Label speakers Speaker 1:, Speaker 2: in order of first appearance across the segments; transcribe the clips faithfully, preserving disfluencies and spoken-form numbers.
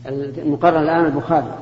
Speaker 1: المقرر الآن البخاري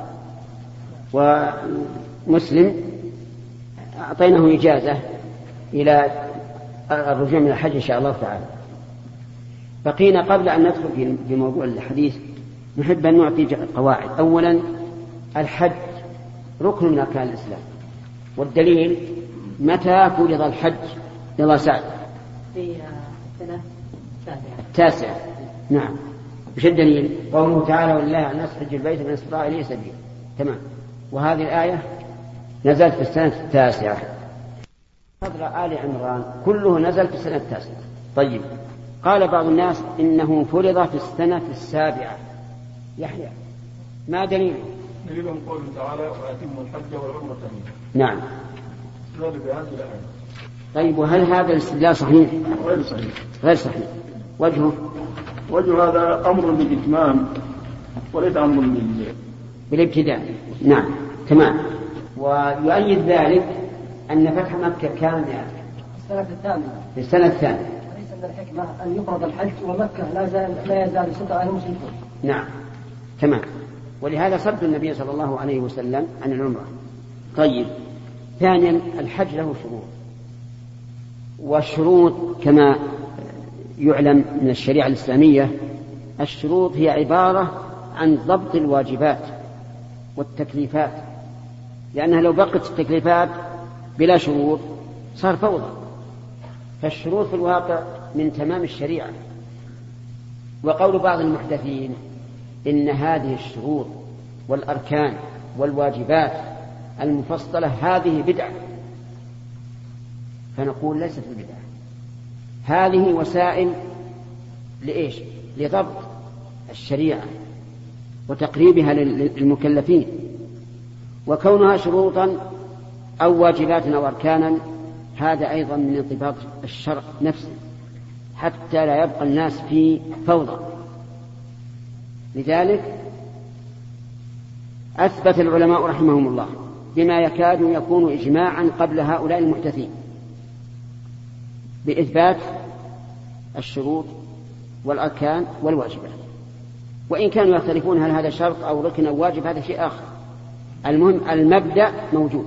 Speaker 1: ومسلم أعطيناه إجازة إلى الرجوع من الحج إن شاء الله تعالى. بقينا قبل أن ندخل في موضوع الحديث نحب أن نعطي قواعد. أولا الحج ركن من أركان الإسلام، والدليل متى فرض الحج؟ يلا سعد.
Speaker 2: في السنة
Speaker 1: التاسعة. نعم. وش الدليل؟ قوله تعالى ولله على الناس حج البيت من استطاع إليه سبيلا. تمام. وهذه الآية نزلت في السنة التاسعة. فضل آل عمران كله نزل في السنة التاسعة. طيب، قال بعض الناس إنه فرض في السنة السابعة. يحيى ما دليله؟
Speaker 3: دليلهم قوله تعالى وأتموا الحج والعمرة منه.
Speaker 1: نعم.
Speaker 3: استدلال بهذه الآية.
Speaker 1: طيب، وهل هذا الاستدلال صحيح؟
Speaker 3: غير صحيح.
Speaker 1: غير صحيح. وجهه؟
Speaker 3: وجه هذا أمر بالإتمام وليس أمر بال...
Speaker 1: بالابتداء. نعم تمام. ويؤيد ذلك أن فتح مكة كان
Speaker 2: السنة الثامنة
Speaker 1: في السنة الثانية.
Speaker 2: ليس من الحكمة أن يفرض الحج ومكة لا يزال لا يزال يستطيع المشركون.
Speaker 1: نعم تمام. ولهذا صد النبي صلى الله عليه وسلم عن العمرة. طيب، ثانيا الحج له شروط، والشروط كما يعلم من الشريعة الإسلامية الشروط هي عبارة عن ضبط الواجبات والتكليفات، لأنها لو بقت التكليفات بلا شروط صار فوضى. فالشروط في الواقع من تمام الشريعة. وقول بعض المحدثين إن هذه الشروط والأركان والواجبات المفصلة هذه بدعة، فنقول ليست بدعة، هذه وسائل لإيش؟ لضبط الشريعة وتقريبها للمكلفين. وكونها شروطا أو واجبات أو أركانا هذا أيضا من انضباط الشرع نفسه حتى لا يبقى الناس في فوضى. لذلك أثبت العلماء رحمهم الله بما يكاد يكون إجماعا قبل هؤلاء المحدثين بإثبات الشروط والأركان والواجبات، وإن كانوا يختلفون هل هذا شرط أو ركن أو واجب هذا شيء آخر. المهم المبدأ موجود.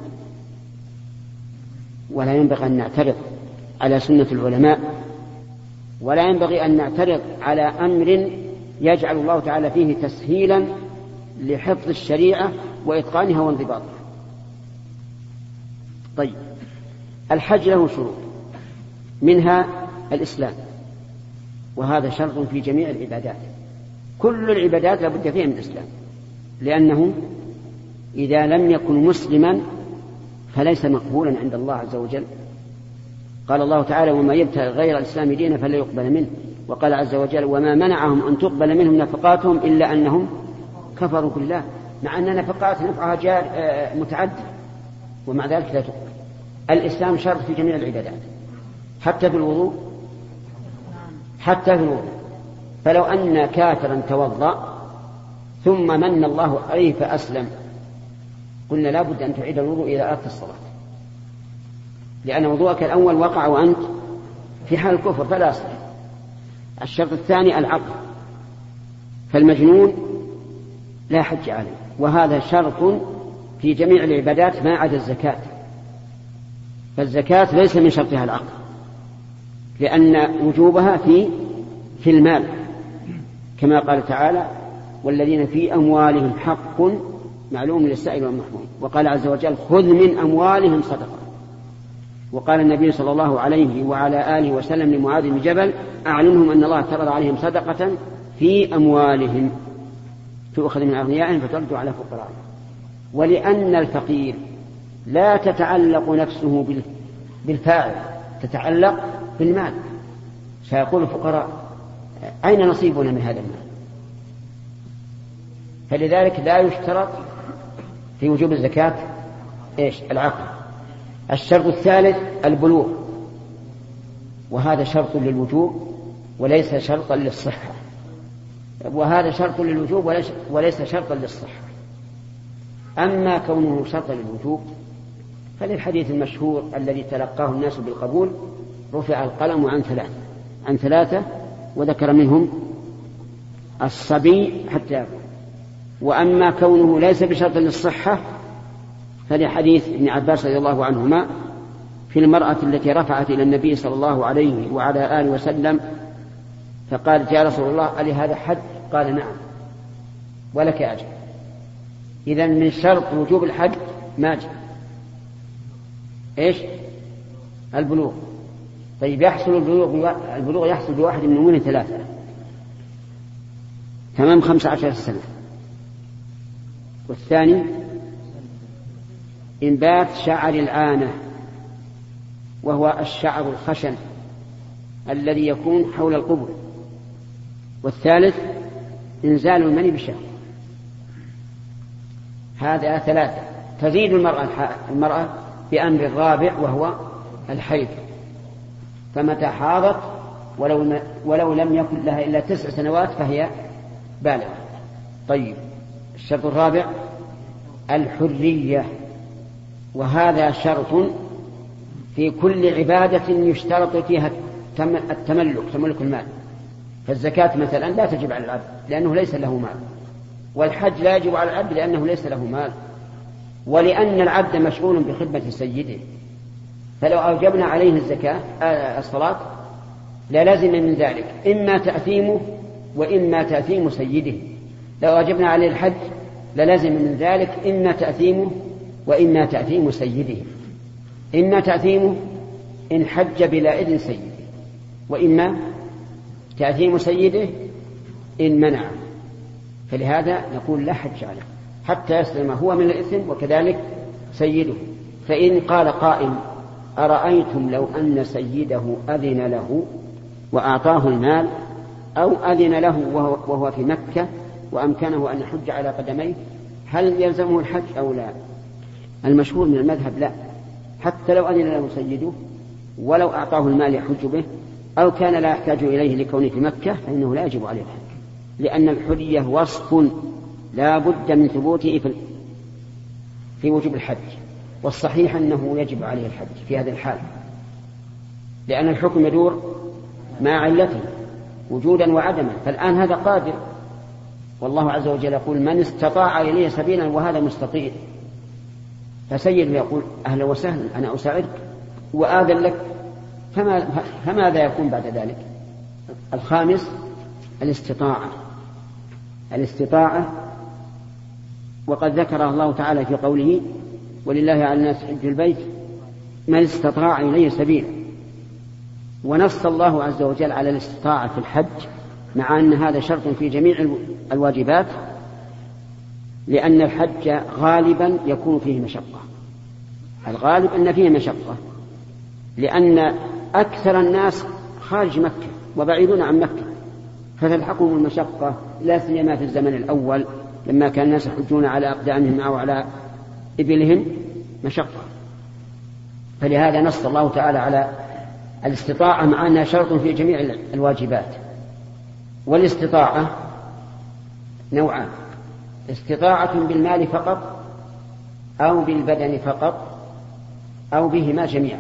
Speaker 1: ولا ينبغي أن نعترض على سنة العلماء، ولا ينبغي أن نعترض على أمر يجعل الله تعالى فيه تسهيلا لحفظ الشريعة وإتقانها وانضباطها. طيب، الحج له شروط منها الإسلام، وهذا شرط في جميع العبادات. كل العبادات لا بد فيها من الإسلام، لأنه إذا لم يكن مسلما فليس مقبولا عند الله عز وجل. قال الله تعالى وما يبتغي غير الإسلام دينا فلا يقبل منه. وقال عز وجل وما منعهم أن تقبل منهم نفقاتهم إلا أنهم كفروا بالله، مع أن نفقات نفعها جار متعدد ومع ذلك لا تقبل. الإسلام شرط في جميع العبادات حتى في الوضوء، حتى في الوضوء. فلو أن كافرا توضأ ثم من الله عليه فأسلم قلنا لا بد أن تعيد الوضوء إلى آخر الصلاة، لأن وضوءك الأول وقع وأنت في حال الكفر فلا أصل. الشرط الثاني العقل، فالمجنون لا حج عليه، وهذا شرط في جميع العبادات ما عدا الزكاة. فالزكاة ليس من شرطها العقل، لأن وجوبها في في المال كما قال تعالى والذين في أموالهم حق معلوم للسائل والمحروم. وقال عز وجل خذ من أموالهم صدقة. وقال النبي صلى الله عليه وعلى آله وسلم لمعاذ بن جبل أعلمهم أن الله افترض عليهم صدقة في أموالهم تؤخذ من أغنيائهم فترد على فقرائهم. ولأن الفقير لا تتعلق نفسه بالفاعل، تتعلق بالمال، سيقول الفقراء أين نصيبنا من هذا المال؟ فلذلك لا يشترط في وجوب الزكاة إيش؟ العقل. الشرط الثالث البلوغ، وهذا شرط للوجوب وليس شرطا للصحة، وهذا شرط للوجوب وليس شرطا للصحة. أما كونه شرطا للوجوب فللحديث المشهور الذي تلقاه الناس بالقبول رفع القلم عن ثلاثة عن ثلاثة وذكر منهم الصبي حتى يكبر. وأما كونه ليس بشرط للصحة فلحديث ابن عباس رضي الله عنهما في المرأة التي رفعت إلى النبي صلى الله عليه وعلى آله وسلم فقالت يا رسول الله ألي هذا حج؟ قال نعم ولك أجر. إذن من شرط وجوب الحج ما جاء إيش؟ البلوغ. طيب يحصل البلوغ, البلوغ يحصل بواحد من أمور ثلاثة: تمام خمس عشر سنة، والثاني إنبات شعر العانة وهو الشعر الخشن الذي يكون حول القبر، والثالث إنزال المني بالشهوة. هذا ثلاثة. تزيد المرأة, المرأة بأمر الرابع وهو الحيض، فمتى حاضت ولو, ولو لم يكن لها إلا تسع سنوات فهي بالغة. طيب الشرط الرابع الحرية، وهذا شرط في كل عبادة يشترط فيها التملك، تملك المال. فالزكاة مثلا لا تجب على العبد لأنه ليس له مال، والحج لا يجب على العبد لأنه ليس له مال، ولأن العبد مشغول بخدمة سيده. فلو أوجبنا عليه الزكاة الصلاة لا لازم من ذلك إما تأثيمه وإما تأثيم سيده. لو أوجبنا عليه الحج لا لازم من ذلك إما تأثيمه وإما تأثيم سيده. إما تأثيمه إن حج بلا إذن سيده، وإما تأثيم سيده إن منع. فلهذا نقول لا حج عليه حتى يسلم هو من الإثم وكذلك سيده. فإن قال قائل أرأيتم لو أن سيده أذن له وأعطاه المال، أو أذن له وهو في مكة وأمكنه أن يحج على قدميه، هل يلزمه الحج أو لا؟ المشهور من المذهب لا، حتى لو أذن له سيده ولو أعطاه المال يحج به أو كان لا يحتاج إليه لكونه في مكة فإنه لا يجب عليه الحج، لأن الحرية وصف لا بد من ثبوته في, في وجوب الحج. والصحيح أنه يجب عليه الحج في هذا الحال، لأن الحكم يدور مع علته وجودا وعدما. فالآن هذا قادر، والله عز وجل يقول من استطاع إليه سبيلا وهذا مستطيع. فسيد يقول أهلا وسهلا أنا أساعدك وآذن لك، فما فماذا يكون بعد ذلك؟ الخامس الاستطاعة. الاستطاعة وقد ذكر الله تعالى في قوله ولله على الناس حج البيت من استطاع إليه سبيلا، ونص الله عز وجل على الاستطاعة في الحج مع أن هذا شرط في جميع الواجبات، لأن الحج غالبا يكون فيه مشقة. الغالب أن فيه مشقة لأن أكثر الناس خارج مكة وبعيدون عن مكة، فتلحقهم المشقة لا سيما في الزمن الأول لما كان الناس يحجون على أقدامهم أو على إبلهم مشقة. فلهذا نص الله تعالى على الاستطاعة مع أنها شرط في جميع الواجبات. والاستطاعة نوعان: استطاعة بالمال فقط أو بالبدن فقط أو بهما جميعا،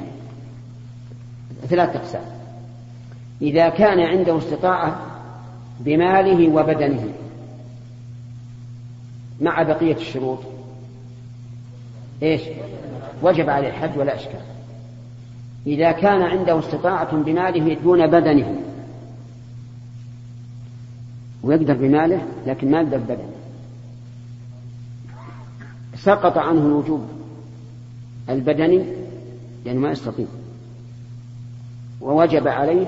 Speaker 1: ثلاث أقسام. إذا كان عنده استطاعة بماله وبدنه مع بقية الشروط إيش؟ وجب عليه الحج ولا إشكال. إذا كان عنده استطاعة بماله دون بدنه ويقدر بماله لكن ما يقدر بدنه، سقط عنه الوجوب البدني لأنه ما يستطيع، ووجب عليه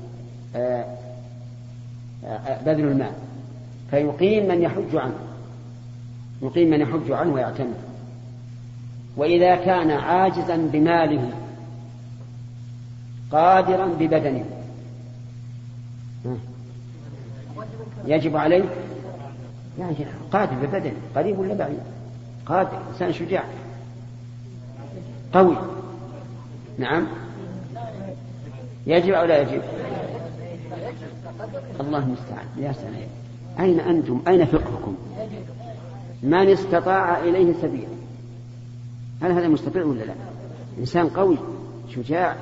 Speaker 1: بذل المال، فيقيم من يحج عنه يقيم من يحج عنه ويعتمر. وإذا كان عاجزا بماله قادرا ببدنه يجب عليه يعني قادر ببدنه، قريب ولا بعيد؟ قادر، إنسان شجاع قوي، نعم يجب أو لا يجب؟ الله المستعان. يا سلام، أين أنتم؟ أين فقهكم؟ من استطاع إليه سبيلا، هل هذا مستطيع ولا لا؟ إنسان قوي شجاع،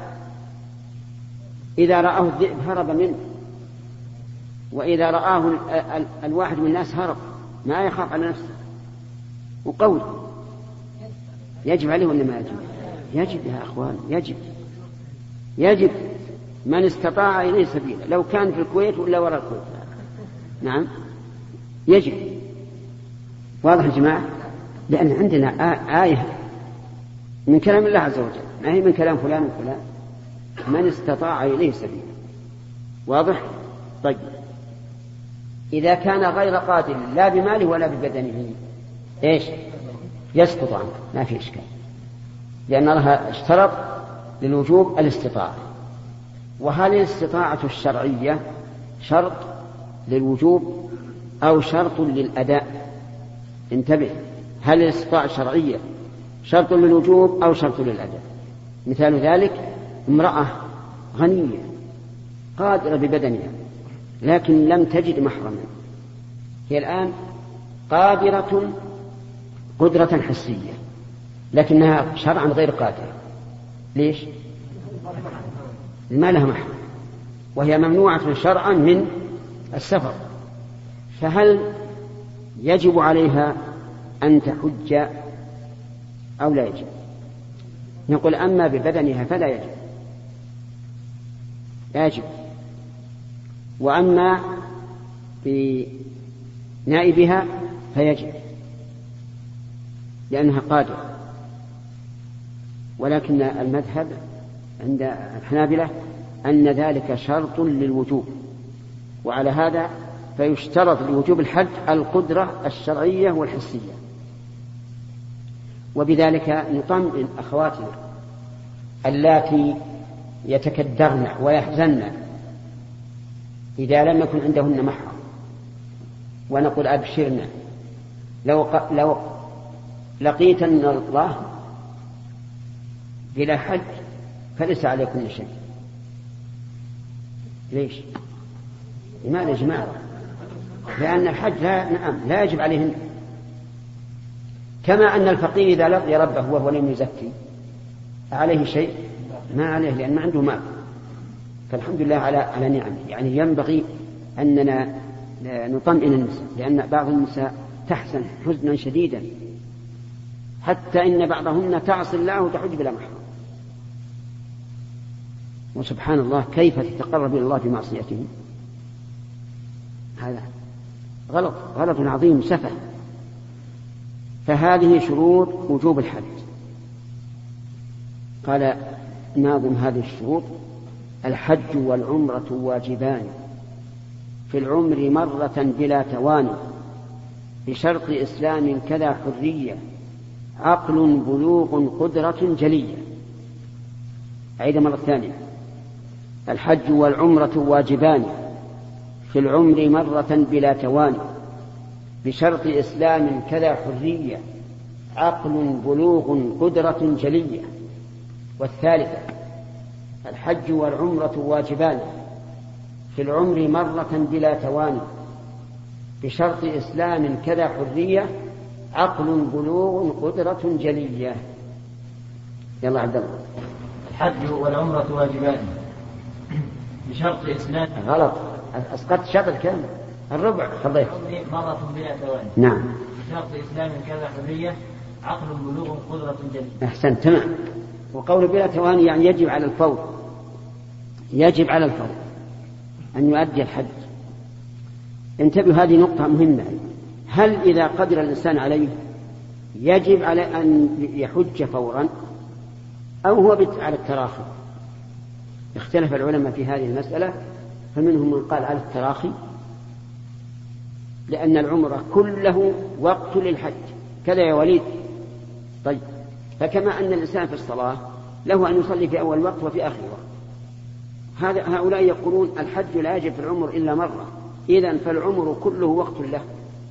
Speaker 1: إذا رآه الذئب هرب منه، وإذا رآه الواحد من الناس هرب، ما يخاف على نفسه. وقول يجب عليه ولا ما يجب؟ يجب يا أخوان، يجب يجب من استطاع إليه سبيلا، لو كان في الكويت ولا وراء الكويت. نعم يجب. واضح يا جماعة؟ لأن عندنا آية من كلام الله عز وجل، ما هي من كلام فلان وفلان. من استطاع إليه سبيلا. واضح؟ طيب إذا كان غير قادر لا بماله ولا ببدنه إيش؟ يسقط عنه، ما في إشكال، لأن الله اشترط للوجوب الاستطاعة. وهل الاستطاعة الشرعية شرط للوجوب أو شرط للأداء؟ انتبه، هل الاستطاعة الشرعية شرط للوجوب أو شرط للأداء؟ مثال ذلك امرأة غنية قادرة ببدنها لكن لم تجد محرما، هي الآن قادرة قدرة حسية لكنها شرعا غير قادرة. ليش؟ ما لها محرم وهي ممنوعة شرعا من السفر، فهل يجب عليها أن تحج أو لا يجب؟ نقول أما ببدنها فلا يجب، لا يجب. وأما بنائبها فيجب لأنها قادرة. ولكن المذهب عند الحنابلة أن ذلك شرط للوجوب، وعلى هذا فيشترط لوجوب الحج القدرة الشرعية والحسية. وبذلك نطمئن أخواتنا اللاتي يتكدرن ويحزن إذا لم يكن عندهن محرم، ونقول أبشرنا لو, ق... لو لقيتن الله بلا حج فليس عليكن شيء. ليش؟ لماذا يا جماعة؟ لأن الحج لا, نعم لا يجب عليهن، كما أن الفقير إذا لقي ربه وهو لم يزكي عليه شيء؟ ما عليه، لأن ما عنده مال. فالحمد لله على على نعمه. يعني ينبغي أننا نطمئن النساء، لأن بعض النساء تحزن حزنا شديدا حتى إن بعضهن تعصي الله وتحج بلا محرم. وسبحان الله كيف تتقرب إلى الله بمعصيته؟ هذا غلط، غلط عظيم سفه. فهذه شروط وجوب الحج. قال ناظم هذه الشروط: الحج والعمرة واجبان في العمر مرة بلا تواني، بشرط إسلام كذا حرية، عقل بلوغ قدرة جلية. أعيد مرة ثانية: الحج والعمرة واجبان في العمر مرة بلا تواني، بشرط إسلام كذا حرية، عقل بلوغ قدرة جلية. والثالثة: الحج والعمرة واجبان في العمر مرة بلا تواني، بشرط إسلام كذا حرية، عقل بلوغ قدرة جلية. يلا عبد الله.
Speaker 4: الحج والعمرة واجبان بشرط إسلام.
Speaker 1: غلط، أسقطت شطر كامل، الربع خليت.
Speaker 4: مرة بلا تواني.
Speaker 1: نعم.
Speaker 4: بشرط إسلام كذا حرية، عقل بلوغ قدرة جلية.
Speaker 1: أحسنت، تمام. وقول بلا تواني يعني يجب على الفور، يجب على الفور أن يؤدي الحج. انتبهوا، هذه نقطة مهمة. هل إذا قدر الإنسان عليه يجب على أن يحج فورا أو هو على التراخي؟ اختلف العلماء في هذه المسألة، فمنهم من قال على التراخي لأن العمرة كله وقت للحج. كذا يا وليد. طيب، فكما أن الإنسان في الصلاة له أن يصلي في أول وقت وفي آخر وقت، هذا هؤلاء يقولون الحج لا يجب في العمر إلا مرة، إذن فالعمر كله وقت له.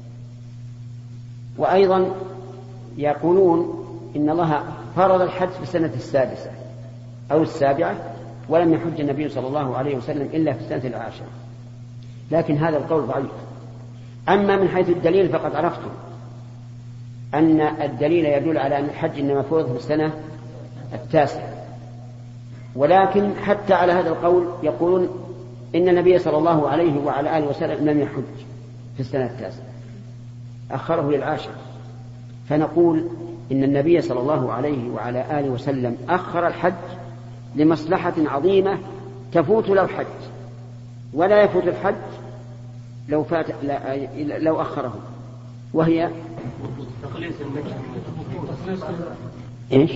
Speaker 1: وأيضا يقولون إن الله فرض الحج في السنة السادسة أو السابعة، ولم يحج النبي صلى الله عليه وسلم إلا في السنة العاشرة، لكن هذا القول ضعيف. أما من حيث الدليل فقد عرفتم أن الدليل يدل على أن الحج إنما فرض في السنة التاسعة، ولكن حتى على هذا القول يقولون إن النبي صلى الله عليه وعلى آله وسلم لم يحج في السنة التاسعة. أخره للعاشر. فنقول إن النبي صلى الله عليه وعلى آله وسلم أخر الحج لمصلحة عظيمة تفوت لو حج، ولا يفوت الحج لو فات لو أخره، وهي إيش؟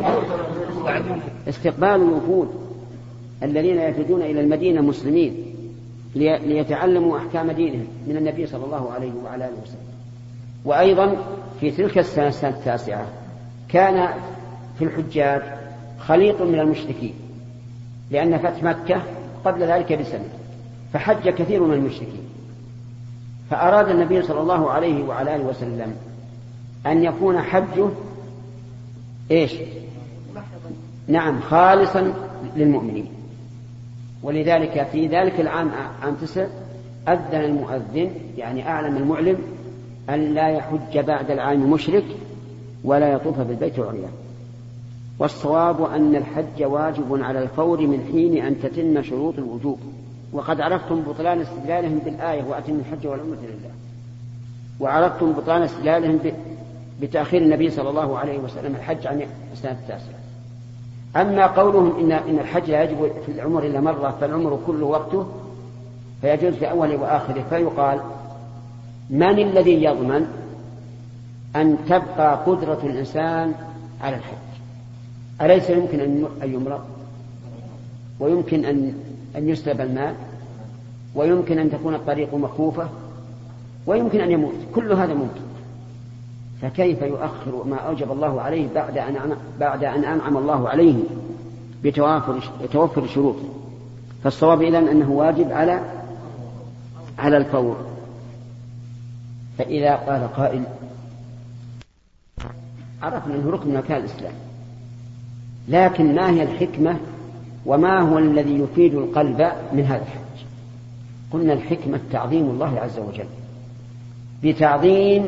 Speaker 1: استقبال الوفود الذين يفدون إلى المدينة مسلمين ليتعلموا أحكام دينهم من النبي صلى الله عليه وعلى آله وسلم. وأيضا في تلك السنة السنة التاسعة كان في الحجاج خليط من المشركين، لأن فتح مكة قبل ذلك بسنة، فحج كثير من المشركين. فأراد النبي صلى الله عليه وعلى آله وسلم أن يكون حجه إيش؟ نعم، خالصا للمؤمنين. ولذلك في ذلك العام عام تسع أذن المؤذن، يعني أعلم المعلم، أن لا يحج بعد العام مشرك ولا يطوف بالبيت عريان. والصواب أن الحج واجب على الفور من حين أن تتم شروط الوجوب. وقد عرفتم بطلان استدلالهم بالآية وأتم الحج والعمرة لله، وعرفتم بطلان استدلالهم بتأخير النبي صلى الله عليه وسلم الحج عن السنة التاسعة. أما قولهم إن, إن الحج لا يجب في العمر إلا مرة، فالعمر كله وقته، فيجوز في أوله وآخره. فيقال من الذي يضمن أن تبقى قدرة الإنسان على الحج؟ أليس يمكن أن يمرض، ويمكن أن أن يسلب المال، ويمكن أن تكون الطريق مخوفة، ويمكن أن يموت؟ كل هذا ممكن. فكيف يؤخر ما أوجب الله عليه بعد أن بعد أن أنعم الله عليه بتوافر توفر الشروط؟ فالصواب إذن أنه واجب على على الفور. فإذا قال قائل عرفنا أنه ركن من أركان الإسلام، لكن ما هي الحكمة وما هو الذي يفيد القلب من هذا الحج؟ قلنا الحكمة تعظيم الله عز وجل بتعظيم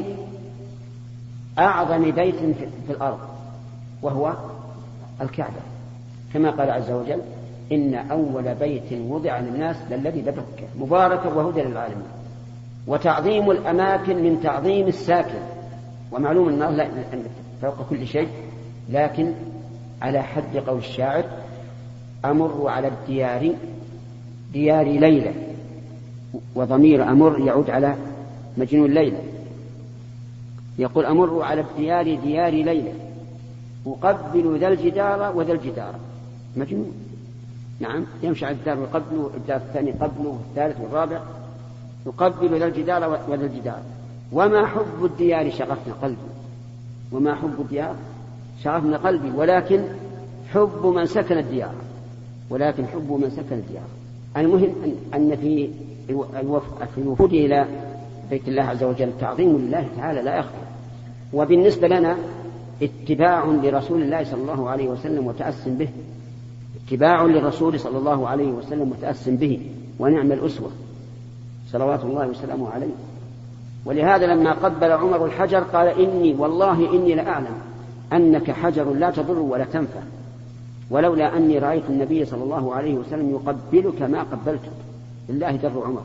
Speaker 1: أعظم بيت في الأرض، وهو الكعبة، كما قال عز وجل إن أول بيت وضع للناس للذي ببكة مباركة وهدى للعالمين. وتعظيم الأماكن من تعظيم الساكن، ومعلوم أن الله فوق كل شيء، لكن على حد قول الشاعر أمر على الديار ديار ليلة، وضمير أمر يعود على مجنون ليلة. يقول أمر على الديار ديار ليلة أقبل ذا الجدار وذا الجدار، مجنون. نعم، يمشي على الدار ويقبله، الدار الثاني قبله، والثالث والرابع، يقبل ذا الجدار وذا الجدار. وما حب الديار شغفنا قلبي، وما حب الديار شغفنا قلبي، ولكن حب من سكن الديار، ولكن حب من سكن الديار. المهم أن في الوفود إلى بيت الله عز وجل تعظيم لله تعالى لا يخفى. وبالنسبة لنا اتباع لرسول الله صلى الله عليه وسلم وتأسم به، اتباع للرسول صلى الله عليه وسلم وتأسم به، ونعم الأسوة صلوات الله وسلامه عليه. ولهذا لما قبل عمر الحجر قال إني والله إني لأعلم أنك حجر لا تضر ولا تنفع، ولولا أني رأيت النبي صلى الله عليه وسلم يقبلك ما قبلتك. لله در عمر،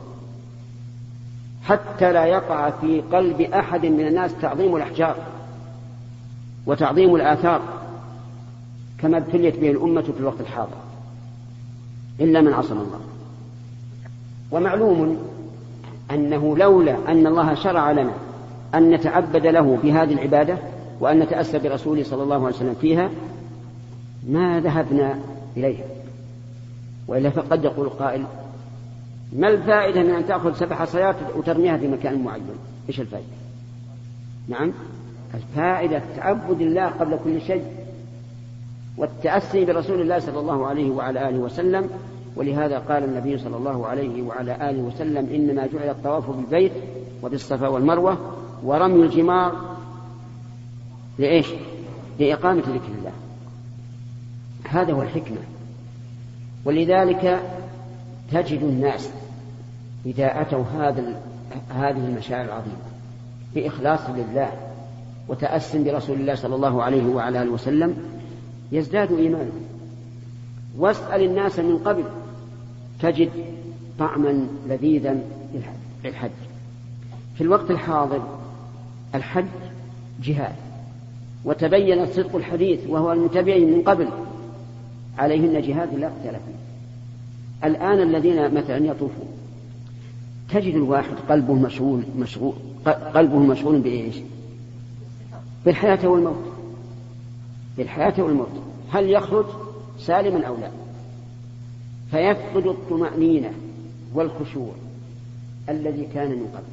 Speaker 1: حتى لا يقع في قلب أحد من الناس تعظيم الأحجار وتعظيم الآثار كما ابتليت به الأمة في الوقت الحاضر، إلا من عصم الله. ومعلوم أنه لولا أن الله شرع لنا أن نتعبد له بهذه العبادة وأن نتأسى برسوله صلى الله عليه وسلم فيها ما ذهبنا إليها. وإلا فقد يقول قائل ما الفائدة من أن تأخذ سبع حصيات وترميها في مكان معين؟ إيش الفائدة؟ نعم، الفائدة تعبد الله قبل كل شيء والتأسي برسول الله صلى الله عليه وعلى آله وسلم. ولهذا قال النبي صلى الله عليه وعلى آله وسلم إنما جعل الطواف بالبيت وبالصفا والمروة ورمي الجمار لإيش؟ لإقامة ذكر الله. هذا هو الحكمة. ولذلك تجد الناس إذا أتوا هذا هذه المشاعر العظيمة بإخلاص لله وتأسم برسول الله صلى الله عليه وعلى آله وسلم يزداد إيمانا. واسأل الناس من قبل تجد طعما لذيذا للحج. في الوقت الحاضر الحج جهاد، وتبين صدق الحديث وهو المتبع من قبل عليهن جهاد لا قتال فيه. الآن الذين مثلا يطوفون تجد الواحد قلبه مشغول مشغول قلبه مشغول بإيش؟ بالحياة والموت، بالحياة والموت، هل يخرج سالما أو لا؟ فيفقد الطمأنينة والخشوع الذي كان من قبل.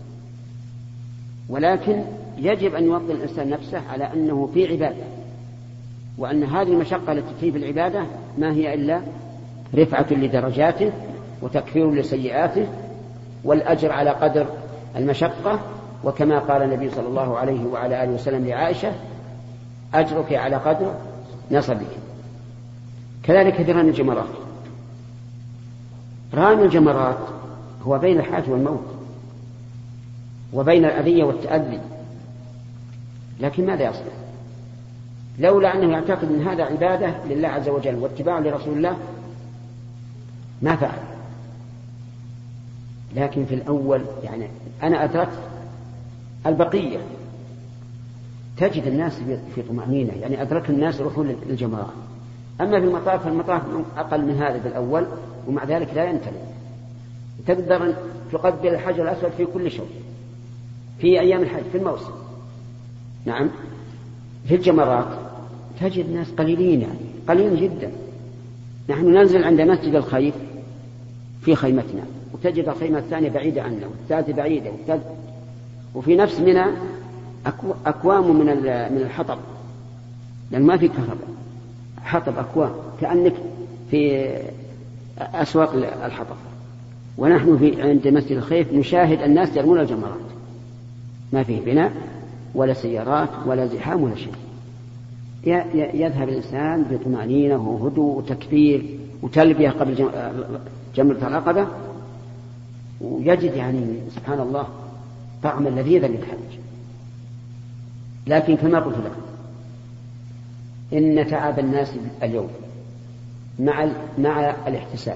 Speaker 1: ولكن يجب أن يوطن الإنسان نفسه على أنه في عبادة، وأن هذه المشقة التي فيه في العبادة ما هي إلا رفعة لدرجاته وتكفير لسيئاته، والأجر على قدر المشقة. وكما قال النبي صلى الله عليه وعلى آله وسلم لعائشة: أجرك على قدر نصبك. كذلك في رمي الجمرات، رمي الجمرات هو بين الحياة والموت وبين الأذية والتأذي، لكن ماذا يصنع؟ لولا أنه يعتقد أن هذا عبادة لله عز وجل واتباع لرسول الله ما فعل. لكن في الأول يعني أنا أدركت البقية تجد الناس في طمأنينة، يعني أدرك الناس يروحون للجمرات. أما في المطاف فالمطاف أقل من هذا بالأول، ومع ذلك لا ينتهي. تقدر أن تقبل الحجر الأسود في كل شيء في أيام الحج في الموسم. نعم. في الجمرات تجد ناس قليلين، يعني قليلين جدا. نحن ننزل عند مسجد الخيف في خيمتنا، وتجد الخيمة الثانية بعيدة عنا، والثالثة بعيدة، والثالثة وفي نفس منا أكوام من من الحطب، لأن ما في كهرباء، حطب أكوام كأنك في أسواق الحطب. ونحن في عند مسجد الخيف نشاهد الناس يرمون الجمرات، ما فيه بناء ولا سيارات ولا زحام ولا شيء. يذهب الإنسان بطمأنينة وهدوء وتكبير وتلبية قبل جمرة العقبة، ويجد يعني سبحان الله طعما لذيذا للحج. لكن كما قلت لك إن تعب الناس اليوم مع مع الاحتساب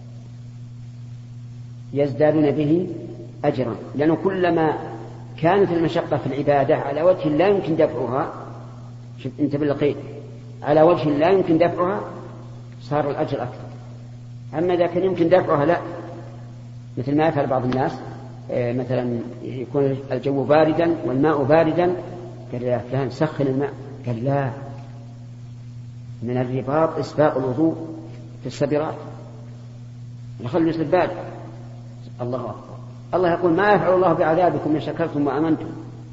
Speaker 1: يزدادون به أجرا، لأنه كلما كانت المشقة في العبادة على وجه لا يمكن دفعها، شوف انت بالقيد، على وجه لا يمكن دفعها صار الأجر أكثر. أما إذا كان يمكن دفعها لا، مثل ما يفعل بعض الناس مثلا يكون الجو باردا والماء باردا، قال يا فلان سخن الماء، قال لا، من الرباط إسباق الوضوء في السبرات، نخلي مثل البارد. الله أكبر. الله يقول: ما يفعل الله بعذابكم إن شكرتم وآمنتم.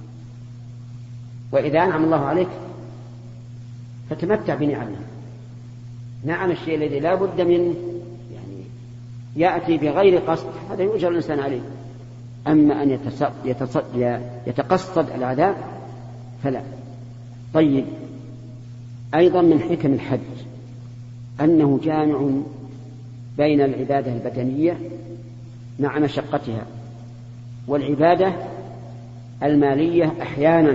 Speaker 1: وإذا أنعم الله عليك فتمتع بنعمه. نعم الشيء الذي لا بد من يعني يأتي بغير قصد هذا يؤجر الإنسان عليه. أما أن يتقصد العذاب فلا. طيب، أيضا من حكم الحج أنه جامع بين العبادة البدنية مع مشقتها والعبادة المالية أحيانا،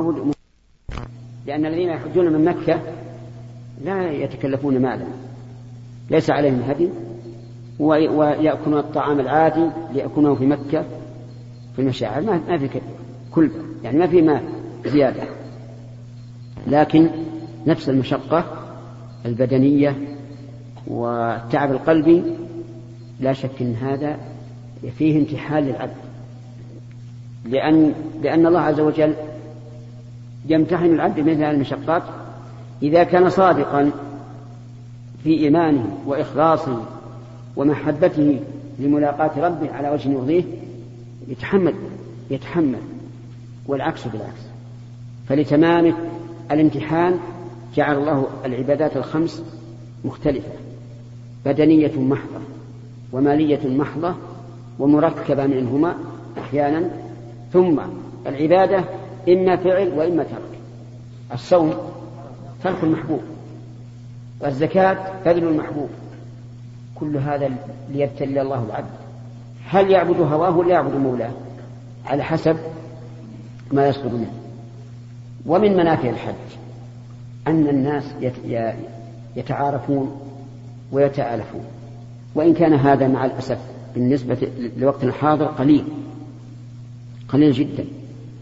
Speaker 1: لأن الذين يحجون من مكة لا يتكلفون مالا، ليس عليهم هدي، ويأكلون الطعام العادي ليأكلونه في مكة في المشاعر، ما في كل يعني ما في مال زيادة. لكن نفس المشقة البدنية والتعب القلبي لا شك أن هذا فيه امتحان للعبد، لأن, لأن الله عز وجل يمتحن العبد بمثل هذه المشقات. إذا كان صادقا في إيمانه وإخلاصه ومحبته لملاقاة ربه على وجه يرضيه يتحمل يتحمل والعكس بالعكس. فلتمام الامتحان جعل الله العبادات الخمس مختلفة: بدنية محضة ومالية محضة ومركبة منهما أحيانا، ثم العبادة إما فعل وإما ترك. الصوم ترك المحبوب، والزكاة بذل المحبوب. كل هذا ليبتلي الله العبد هل يعبد هواه ولا يعبد مولاه على حسب ما يصدر منه. ومن منافع الحج أن الناس يتعارفون ويتآلفون، وإن كان هذا مع الأسف بالنسبة لوقت الحاضر قليل قليل جدا.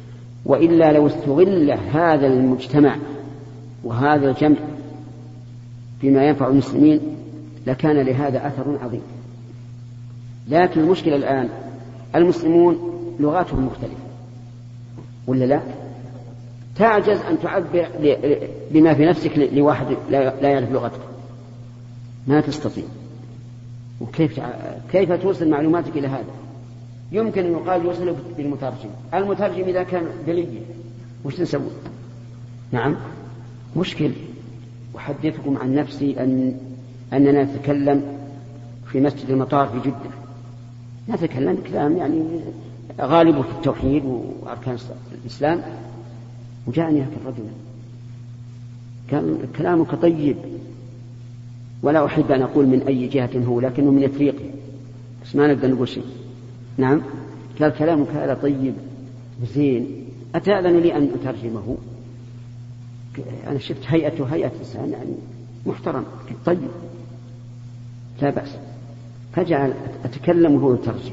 Speaker 1: وإلا لو استغل هذا المجتمع وهذا الجمع بما ينفع المسلمين لكان لهذا أثر عظيم. لكن المشكلة الآن المسلمون لغاتهم مختلفة ولا لا؟ تعجز أن تعبر بما في نفسك لواحد لا يعرف لغتك، ما تستطيع. وكيف كيف توصل معلوماتك إلى هذا؟ يمكن أن يقال يوصل بالمترجم. المترجم إذا كان بلية وش نسوي؟ نعم مشكل. أحدثكم عن نفسي أن أننا نتكلم في مسجد المطار في جدة، نتكلم كلام يعني غالبه في التوحيد وأركان الإسلام، وجاءني هكذا الرجل كان كلامك طيب، ولا أحب أن أقول من أي جهة هو، لكنه من أفريقيا بس ما نقدر نقول شيء. نعم قال كلامك هذا طيب زين، أتأذن لي أن أترجمه؟ أنا شفت هيئته هيئة إنسان يعني محترم طيب لا بأس. فجعل أتكلم وهو يترجم.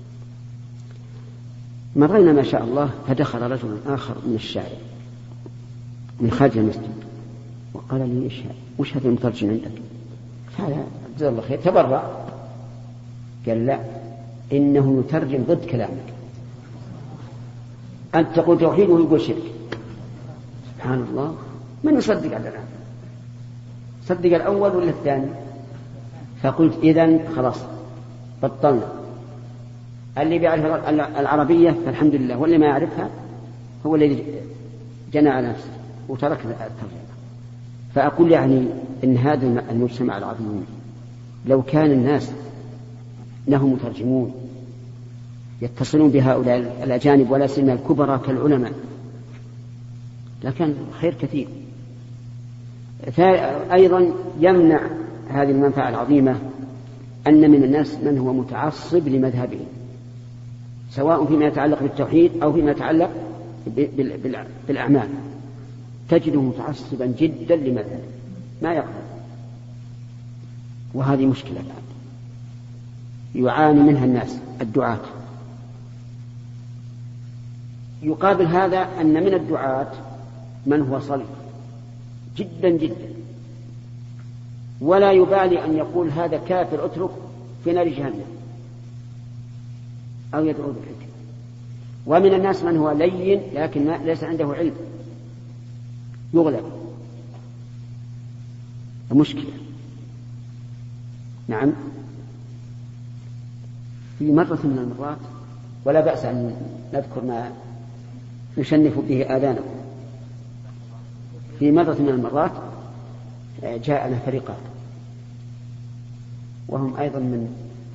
Speaker 1: مرينا ما شاء الله فدخل رجل آخر من الشارع من خارج المسجد وقال لي إيش وش هذا المترجم عندك؟ هذا جزاه الله خير تبرع. قال لا إنه يترجم ضد كلامك، أنت تقول توحيد ويقول شرك. سبحان الله، من يصدق على الآن؟ صدق الأول ولا الثاني؟ فقلت إذن خلاص بطلنا. اللي بيعرف العربية فالحمد لله، واللي ما يعرفها هو الذي جنى على نفسه وترك الترجمة. فأقول يعني إن هذا المجتمع العظيم لو كان الناس لهم مترجمون يتصلون بهؤلاء الأجانب ولا سيما الكبرى كالعلماء لكان خير كثير. أيضا يمنع هذه المنفعة العظيمة أن من الناس من هو متعصب لمذهبه، سواء فيما يتعلق بالتوحيد أو فيما يتعلق بالأعمال، تجده متعصبا جدا لمذهبه ما يقبل. وهذه مشكلة الآن يعاني منها الناس الدعاة. يقابل هذا أن من الدعاة من هو صلب جدا جدا ولا يبالي أن يقول هذا كافر اترك في نار جهنم أو يدعو بالحكمة. ومن الناس من هو لين لكن ليس عنده علم يغلب، مشكلة. نعم في مرة من المرات، ولا بأس أن نذكر ما نشنف به آذانكم، في مرة من المرات جاءنا فريقان وهم أيضا من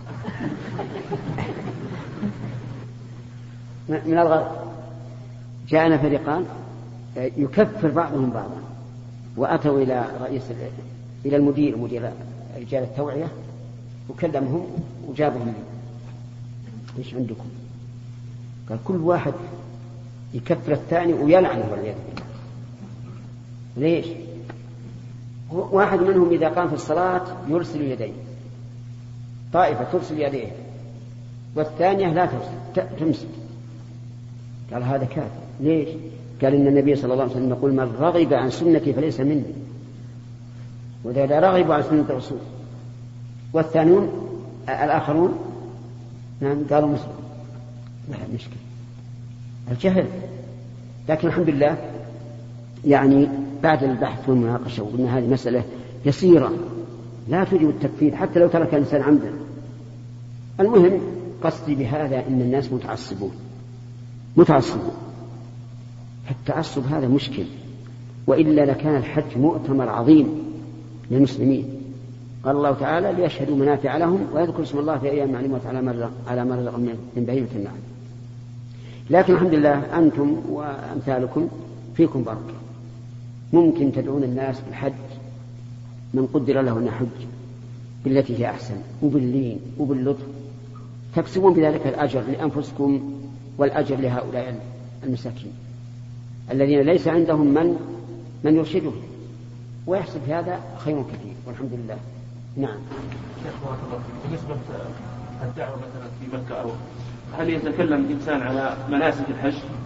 Speaker 1: من الغرب، جاءنا فريقان يكفر بعضهم بعضا، وأتوا إلى رئيس إلى المدير مدير رجال التوعية وكلمهم وجابهم لي. إيش عندكم؟ قال كل واحد يكفر الثاني ويلعنه والعياذ بالله. ليش؟ واحد منهم إذا قام في الصلاة يرسل يديه، طائفة ترسل يديه والثانية لا ترسل تمسك. قال هذا كافر. ليش؟ قال إن النبي صلى الله عليه وسلم يقول من رغب عن سنتي فليس مني، وإذا لا رغب عن سنة الرسول. والثانون الآخرون نعم قالوا مسلم. لا مشكلة الجهل. لكن الحمد لله يعني بعد البحث والمناقشة وأن هذه مسألة يسيرة لا توجب التكفير حتى لو ترك الإنسان عمدا. المهم قصدي بهذا إن الناس متعصبون متعصبون التعصب هذا مشكل، وإلا لكان الحج مؤتمر عظيم للمسلمين. قال الله تعالى ليشهدوا منافع لهم ويذكر اسم الله في أيام معلومات على ما رزقهم من بهيمة النعم. لكن الحمد لله أنتم وأمثالكم فيكم بركة، ممكن تدعون الناس بالحج من قدر له أن يحج بالتي هي أحسن وباللين وباللطف، تكسبون بذلك الأجر لأنفسكم والأجر لهؤلاء المساكين الذين ليس عندهم من من يرشدهم، ويحسب هذا خير كثير والحمد لله. نعم.
Speaker 3: بالنسبة الدعوة مثلا في مكة، أو هل يتكلم الإنسان على مناسك الحج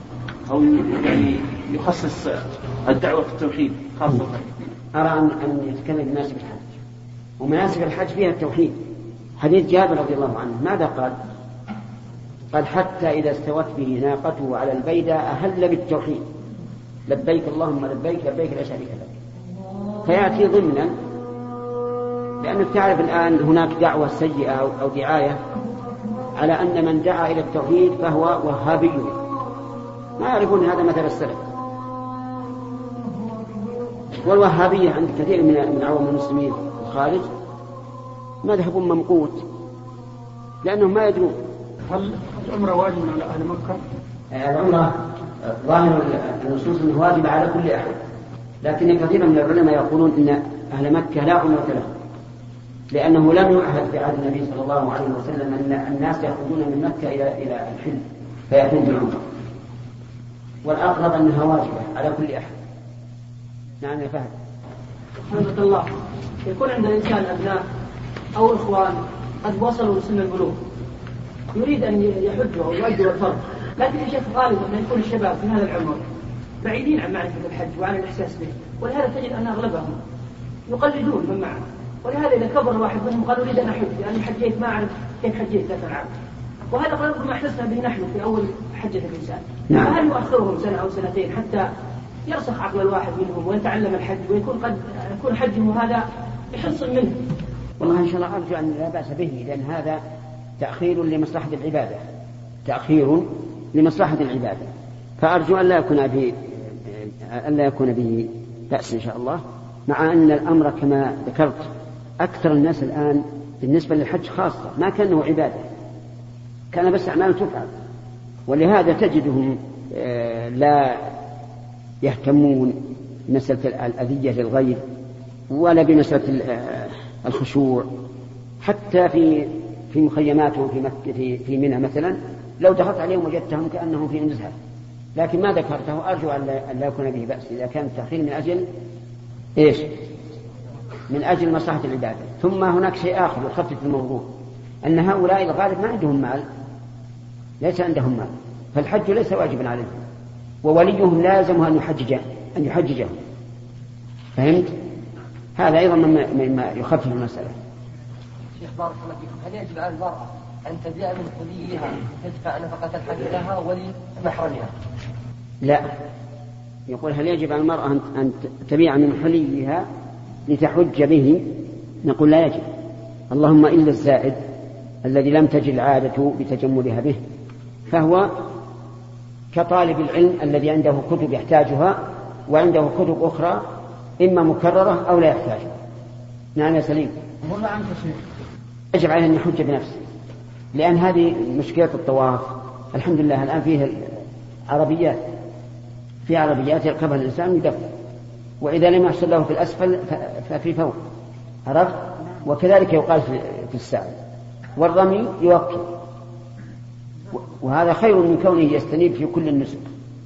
Speaker 3: أو يعني يخصص الدعوة في التوحيد خاصة؟
Speaker 1: أرى أن يتكلم بمناسك الحج، ومناسك الحج فيها التوحيد. حديث جابر رضي الله عنه ماذا قال؟ قال حتى إذا استوت به ناقته على البيدة أهل بالتوحيد، لبيك اللهم لبيك لبيك لا شريك لك. فيأتي ضمنا، لأنك تعرف الآن هناك دعوة سيئة أو دعاية على أن من دعا إلى التوحيد فهو وهابي، ما يعرفون هذا مثل السلف. والوهابية عند كثير من عوام المسلمين الخارج مذهب ممقوت لأنهم ما يدرون.
Speaker 5: هل العمرة واجب على أهل مكة؟
Speaker 1: العمرة ظاهر النصوص أنه واجب على كل أحد، لكن كثير من العلماء يقولون إن أهل مكة لا عمرة لهم، لأنه لم يعهد في عهد النبي صلى الله عليه وسلم أن الناس يخرجون من مكة إلى إلى الحل فيأتون بالعمرة، والأقرب أنها واجبة على كل أحد. نعم يا فهد.
Speaker 2: رحمة الله، يكون عند الإنسان أبناء أو إخوان قد وصلوا لسن البلوغ، يريد أن يحج أو يؤدي الفرض، لكن الشيخ غالبا أن يكون الشباب في هذا العمر بعيدين عن معرفة الحج وعن الإحساس به، ولهذا تجد أن أغلبهم يقلدون من معه، ولهذا إذا كبر الواحد منهم قال أريد أن أحج لأني حجيت ما أعرف كيف حجيت ثلاثة عام، وهذا قريب ما أحسسنا به نحن في أول حجة الإنسان.
Speaker 1: نعم.
Speaker 2: فهل يؤخرهم سنة أو سنتين حتى يرسخ عقل الواحد منهم ويتعلم الحج ويكون قد يكون حجه هذا بحرص منه؟
Speaker 1: والله إن شاء الله أرجو أن لا بأس به، لأن هذا تأخير لمصلحة العبادة، تأخير لمصلحة العبادة، فأرجو أن لا يكون به أن لا يكون به بأس إن شاء الله. مع أن الأمر كما ذكرت أكثر الناس الآن بالنسبة للحج خاصة ما كانه عبادة، كان بس أعمال تفعل، ولهذا تجدهم لا يهتمون بمسألة الأذية للغير ولا بمسألة الخشوع. حتى في في مخيماتهم في مكة في, في منى مثلا لو دخلت عليهم وجدتهم كأنهم في نزهة، لكن ما ذكرته. أرجو أن لا يكون به بأس إذا كان التأخير من أجل إيش؟ من أجل مصلحة العبادة. ثم هناك شيء آخر يخفف الموضوع، أن هؤلاء الغالب ما عندهم مال، ليس عندهم مال، فالحج ليس واجبا عليهم، ووليهم لازمه أن يحجج أن يحججهم. فهمت؟ هذا أيضا مما يخفف المسألة.
Speaker 2: شيخ بارك الله فيكم، هل يجب على المرأة أن تبيع من حليها تدفع نفقة الحج لها ولمحرمها؟
Speaker 1: لا، يقول هل يجب على المرأة أن تبيع من حليها لتحج به؟ نقول لا يجب، اللهم إلا الزائد الذي لم تجد العادة بتجملها به، فهو كطالب العلم الذي عنده كتب يحتاجها وعنده كتب أخرى إما مكررة أو لا يحتاجها. نعم يا سليم. يجب عليه أن يحج بنفسه، لأن هذه مشكلة الطواف. الحمد لله الآن فيه عربيات، في عربيات يركبها الإنسان ويدفع، وإذا لم يحصل له في الأسفل ففي فوق، عرفت؟ وكذلك يقال في السعي، والرمي يوكل، وهذا خير من كونه يستنيب في كل النسك.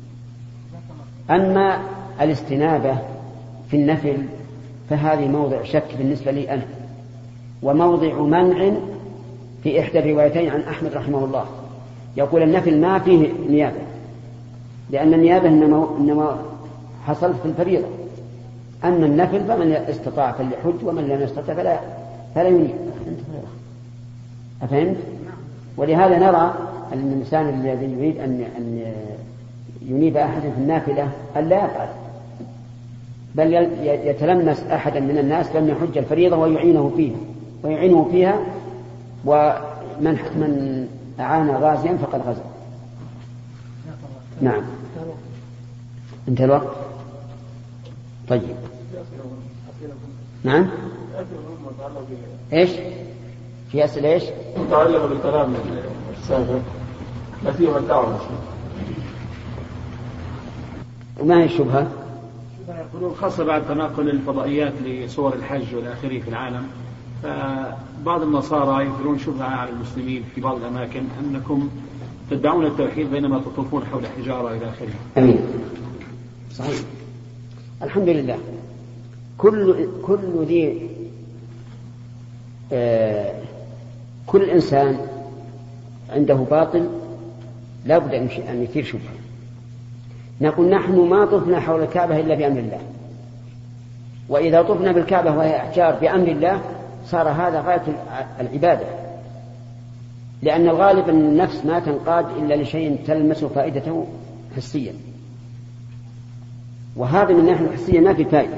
Speaker 1: أما الاستنابة في النفل فهذه موضع شك بالنسبة لي أنا، وموضع منع في إحدى الروايتين عن أحمد رحمه الله، يقول النفل ما فيه نيابة، لأن النيابة إنما حصل في الفريضة، أما النفل فمن استطاع فليحج ومن لم يستطع فلا فلا ينيب. أفهمت؟ ولهذا نرى أن الإنسان الذي يريد أن أن ينيب أحدا في النافلة أن لا يفعل، بل يتلمس أحدا من الناس لم يحج الفريضة ويعينه فيها ويعينه فيها ومن من أعان غازيا فقد غزا. نعم. انتهى الوقت. طيب. نعم. ايش؟ في أسئلة ايش؟
Speaker 3: متعلقة بالكلام السابق نفي الدعوة.
Speaker 1: وما هي الشبهة؟
Speaker 5: يقولون خاصة بعد تناقل الفضائيات لصور الحج والآخرين في العالم، فبعض النصارى يقولون شبهة على المسلمين في بعض الأماكن أنكم تدعون التوحيد بينما تطوفون حول حجارة إلى آخره.
Speaker 1: أمين. صحيح. الحمد لله. كل كل ذي آه كل إنسان عنده باطل لا بد أن يثير شبهة، نقول نحن ما طفنا حول الكعبة إلا بأمر الله، وإذا طفنا بالكعبة وهي أحجار بأمر الله صار هذا غاية العبادة، لأن الغالب أن النفس ما تنقاد إلا لشيء تلمس فائدته حسيا، وهذا من الناحية الحسية ما في فائدة،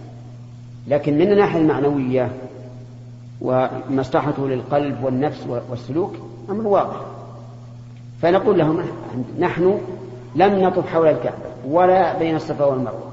Speaker 1: لكن من الناحية المعنوية ومصلحته للقلب والنفس والسلوك أمر واضح. فنقول لهم نحن لم نطف حول الكعبة ولا بين الصفا والمروة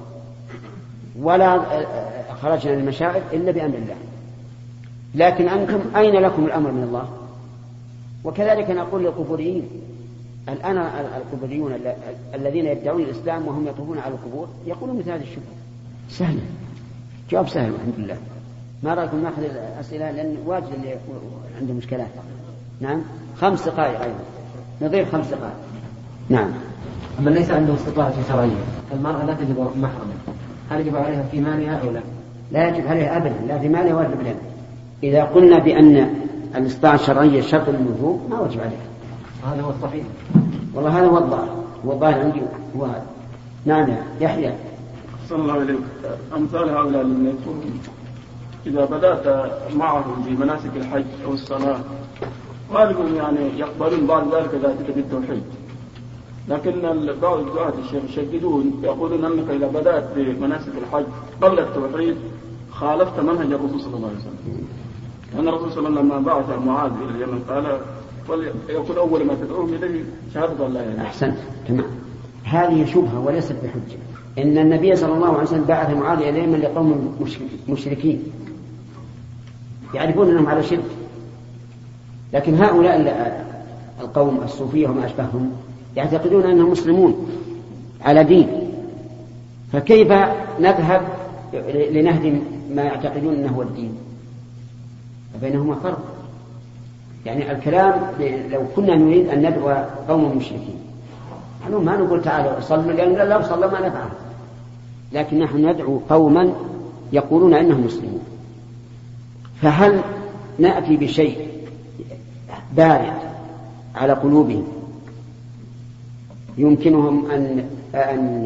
Speaker 1: ولا خرجنا للمشاعر إلا بأمر الله، لكن أنتم أين لكم الأمر من الله؟ وكذلك نقول للقبوريين الآن، القبوريون الذين يدعون الإسلام وهم يطوفون على القبور يقولون مثل هذه الشبهة سهل، جواب سهل والحمد لله. ما رأيكم نأخذ الأسئلة لأن واجد اللي عنده مشكلات. نعم خمس دقائق أيضا نضيف خمس دقائق. نعم.
Speaker 2: أما ليس عنده استطاعة شرعية المرأة لا تجب محرما، هل يجب عليها في مالها أو لا؟
Speaker 1: لا يجب عليها أبدا، لا في مالها ولا في بدنها. إذا قلنا بأن الاستطاعة الشرعية شرط للوجوب ما وجب عليها.
Speaker 2: هذا هو الصحيح.
Speaker 1: والله هذا هو الظاهر، هو الظاهر عندي هو هذا. نعم يحيى.
Speaker 3: صلى الله عليه وسلم. أمثال هؤلاء الذين يكون إذا بدأت معهم في مناسك الحج أو الصلاة غالبهم يعني يقبلون بعد ذلك ذاتك بالتوحيد، لكن بعض الدعاة الشيخ يشددون يقولون أنك إذا بدأت بمناسك الحج قبل التوحيد خالفت منهج الرسول صلى الله عليه وسلم، أن الرسول صلى الله عليه وسلم لما بعث معاذ إلى اليمن قال يقول أول ما تدعوهم إليه شهادة الله يعني.
Speaker 1: أحسنت تمام. هذه شبهة وليست بحجة. إن النبي صلى الله عليه وسلم بعث معاذ إلى اليمن لقوم مشركين يعرفون أنهم على شرك، لكن هؤلاء القوم الصوفية وما أشبههم يعتقدون أنهم مسلمون على دين، فكيف نذهب لنهدم ما يعتقدون أنه هو الدين؟ فبينهما فرق. يعني الكلام لو كنا نريد أن ندعو قوم مشركين نحن ما نقول تعالوا صلوا، لأن لو صلوا ما نفعل، لكن نحن ندعو قوما يقولون أنهم مسلمون. فهل نأتي بشيء بارد على قلوبهم يمكنهم أن أن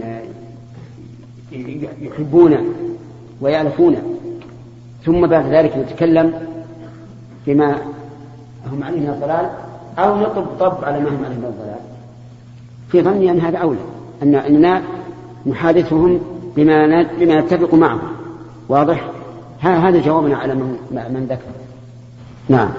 Speaker 1: يحبون ويعرفون، ثم بعد ذلك نتكلم بما هم عليه من الضلال، أو نطب طب على ما هم عليه من الضلال؟ في ظني أن هذا أولى، أن أننا نحادثهم بما بما نتفق معه. واضح؟ هذا جوابنا على من من ذكر. نعم.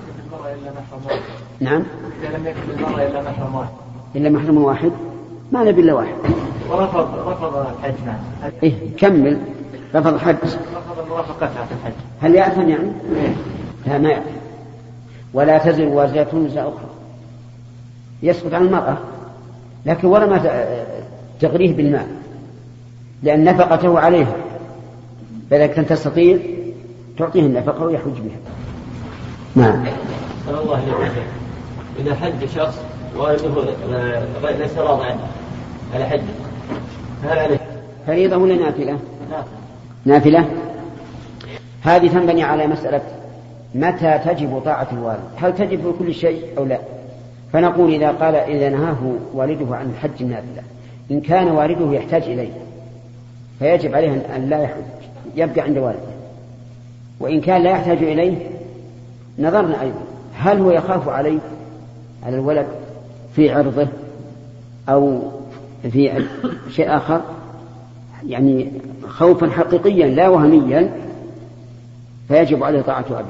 Speaker 1: نعم.
Speaker 4: إذا لم يكن للمرأة إلا محرم واحد.
Speaker 1: إلا محرم واحد ما نبي إلا واحد.
Speaker 4: ورفض رفض الحج. نعم.
Speaker 1: إيه كمل. رفض الحج.
Speaker 4: رفض مرافقتها في الحج.
Speaker 1: هل يأثم يعني؟ إيه. لا ما يأثم. ولا تزر وازرة وزر أخرى. يسقط عن المرأة، لكن ولا ما تغريه بالمال، لأن نفقته عليها، فإذا كنت تستطيع تعطيه النفقة ويحج بها. نعم.
Speaker 6: صلى الله عليه وسلم. إذا حج شخص والده ليس راضي عنه على حجه هل عليه
Speaker 1: فريضة ولا نافلة؟ نافلة. هذه تنبني على مسألة متى تجب طاعة الوالد، هل تجب في كل شيء أو لا؟ فنقول إذا قال إذا نهاه والده عن الحج النافلة، إن كان والده يحتاج إليه فيجب عليه أن لا يحج، يبقى عند والده. وإن كان لا يحتاج إليه نظرنا أيضا هل هو يخاف عليه على الولد في عرضه أو في شيء آخر، يعني خوفا حقيقيا لا وهميا، فيجب عليه طاعة أبيه.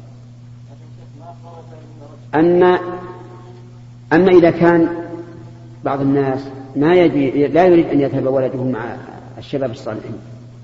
Speaker 1: أما أما إذا كان بعض الناس ما يجي لا يريد أن يذهب ولده مع الشباب الصالحين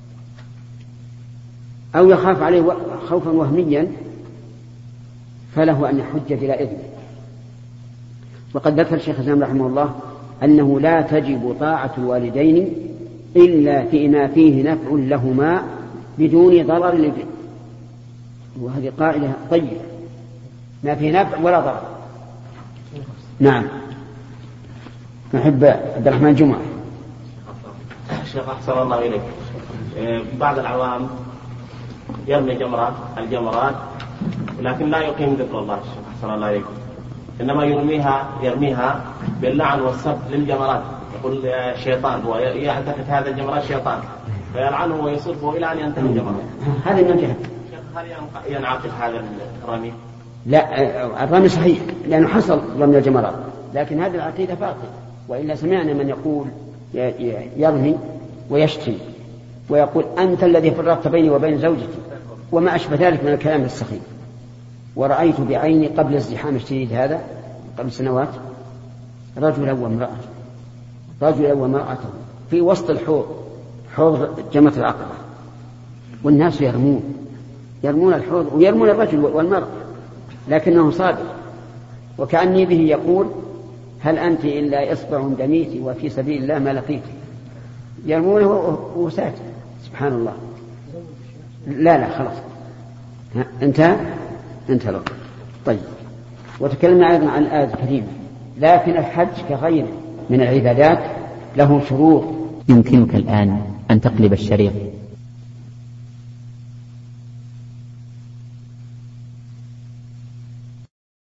Speaker 1: أو يخاف عليه خوفا وهميا فله أن يحج بلا إذن. وقد ذكر الشيخ الإسلام رحمه الله أنه لا تجب طاعة الوالدين إلا فيما فيه نفع لهما بدون ضرر للابن. وهذه قاعدة طيبة، ما فيه نفع ولا ضرر. نعم. نحب عبد الرحمن جمعة.
Speaker 6: الشيخ أحسن الله إليك. بعض العوام يرمي جمرات الجمرات ولكن لا يقيم ذكر الله. الشيخ أحسن الله إليكم. إنما يرميها يرميها باللعن والسب للجمرات يقول شيطان، هو يعتقد هذا الجمرات شيطان فيلعنه ويصرفه إلى أن ينتهي الجمرات.
Speaker 1: هذا من جهة.
Speaker 6: هل ينعقد هذا الرمي؟
Speaker 1: لا، الرمي صحيح لأنه حصل رمي الجمرات، لكن هذه العقيدة باطلة. وإلا سمعنا من يقول يرمي ويشتم ويقول أنت الذي فرقت بيني وبين زوجتي وما أشبه ذلك من الكلام السخيف. ورأيت بعيني قبل الازدحام الشديد هذا قبل سنوات رجلا وامرأة رجلا وامرأته في وسط الحوض، حوض جمرة العقبة، والناس يرمون يرمون الحوض ويرمون الرجل والمرأة، لكنه صادق وكأني به يقول هل أنت إلا إصبع دميت وفي سبيل الله ما لقيت. يرمونه وهو ساكت. سبحان الله. لا لا خلاص انتهى انتهى له. طيب، وتكلمنا أيضا عن الآية الكريمة. لكن الحج كغيره من العبادات له شروط.
Speaker 7: يمكنك الآن أن تقلب الشريط